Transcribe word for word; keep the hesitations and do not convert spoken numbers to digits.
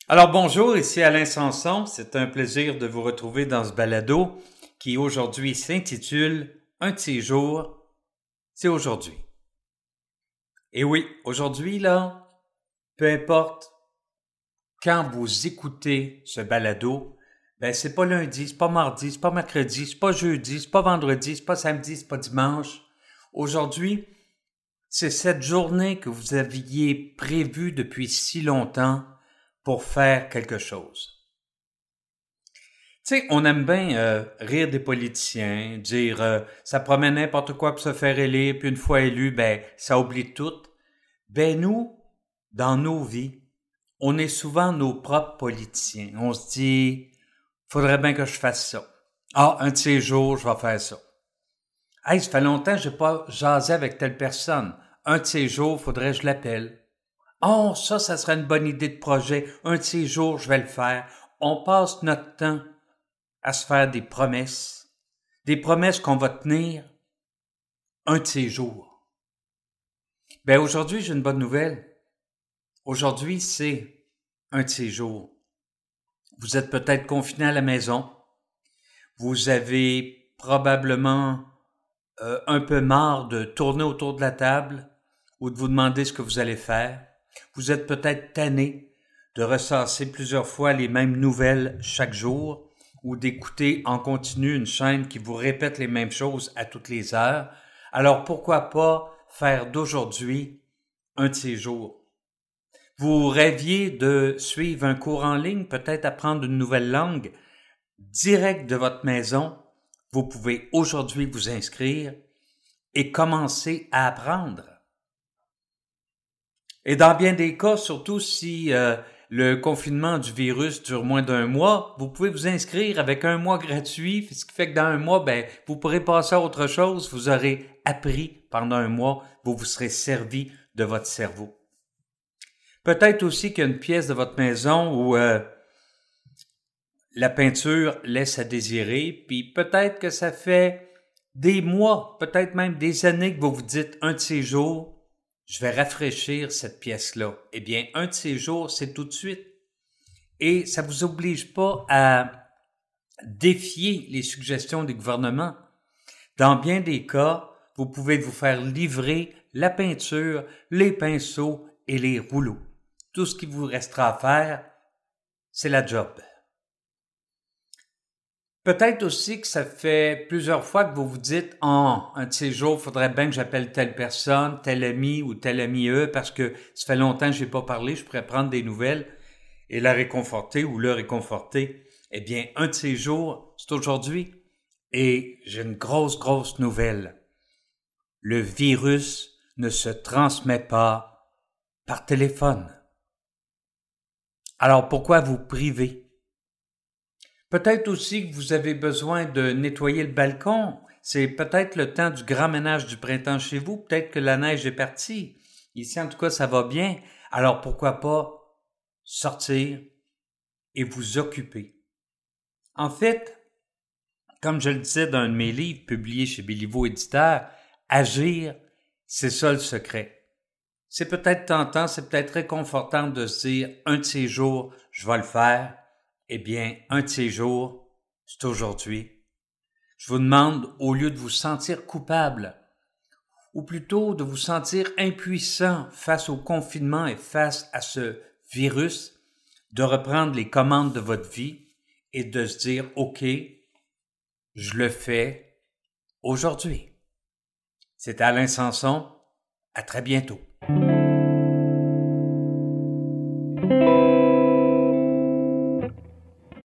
Alors bonjour, ici Alain Sanson. C'est un plaisir de vous retrouver dans ce balado qui aujourd'hui s'intitule « Un de ces jours, c'est aujourd'hui ». Et oui, aujourd'hui, là, peu importe quand vous écoutez ce balado, ben c'est pas lundi, c'est pas mardi, c'est pas mercredi, c'est pas jeudi, c'est pas vendredi, c'est pas samedi, c'est pas dimanche. Aujourd'hui, c'est cette journée que vous aviez prévue depuis si longtemps pour faire quelque chose. Tu sais, on aime bien euh, rire des politiciens, dire euh, ça promet n'importe quoi pour se faire élire, puis une fois élu, ben ça oublie tout. Ben nous, dans nos vies, on est souvent nos propres politiciens. On se dit, faudrait bien que je fasse ça. Ah, un de ces jours, je vais faire ça. Hey, ça fait longtemps que j'ai pas jasé avec telle personne. Un de ces jours, faudrait que je l'appelle. Oh, ça, ça serait une bonne idée de projet. Un de ces jours, je vais le faire. On passe notre temps à se faire des promesses. Des promesses qu'on va tenir un de ces jours. Ben, aujourd'hui, j'ai une bonne nouvelle. Aujourd'hui, c'est un de ces jours. Vous êtes peut-être confiné à la maison. Vous avez probablement euh, un peu marre de tourner autour de la table ou de vous demander ce que vous allez faire. Vous êtes peut-être tanné de ressasser plusieurs fois les mêmes nouvelles chaque jour ou d'écouter en continu une chaîne qui vous répète les mêmes choses à toutes les heures. Alors pourquoi pas faire d'aujourd'hui un de ces jours? Vous rêviez de suivre un cours en ligne, peut-être apprendre une nouvelle langue direct de votre maison. Vous pouvez aujourd'hui vous inscrire et commencer à apprendre. Et dans bien des cas, surtout si euh, le confinement du virus dure moins d'un mois, vous pouvez vous inscrire avec un mois gratuit, ce qui fait que dans un mois, ben, vous pourrez passer à autre chose, vous aurez appris pendant un mois, vous vous serez servi de votre cerveau. Peut-être aussi qu'il y a une pièce de votre maison où euh, la peinture laisse à désirer, puis peut-être que ça fait des mois, peut-être même des années que vous vous dites un de ces jours, je vais rafraîchir cette pièce-là. Eh bien, un de ces jours, c'est tout de suite. Et ça vous oblige pas à défier les suggestions des gouvernements. Dans bien des cas, vous pouvez vous faire livrer la peinture, les pinceaux et les rouleaux. Tout ce qu'il vous restera à faire, c'est la job. Peut-être aussi que ça fait plusieurs fois que vous vous dites « Oh, un de ces jours, il faudrait bien que j'appelle telle personne, tel ami ou tel ami eux, parce que ça fait longtemps que je n'ai pas parlé, je pourrais prendre des nouvelles et la réconforter ou le réconforter. » Eh bien, un de ces jours, c'est aujourd'hui. Et j'ai une grosse, grosse nouvelle. Le virus ne se transmet pas par téléphone. Alors pourquoi vous priver? Peut-être aussi que vous avez besoin de nettoyer le balcon. C'est peut-être le temps du grand ménage du printemps chez vous. Peut-être que la neige est partie. Ici, en tout cas, ça va bien. Alors, pourquoi pas sortir et vous occuper? En fait, comme je le disais dans un de mes livres publiés chez Béliveau Éditeur, agir, c'est ça le secret. C'est peut-être tentant, c'est peut-être réconfortant de se dire « un de ces jours, je vais le faire ». Eh bien, un de ces jours, c'est aujourd'hui. Je vous demande, au lieu de vous sentir coupable, ou plutôt de vous sentir impuissant face au confinement et face à ce virus, de reprendre les commandes de votre vie et de se dire « OK, je le fais aujourd'hui ». C'était Alain Sanson. À très bientôt.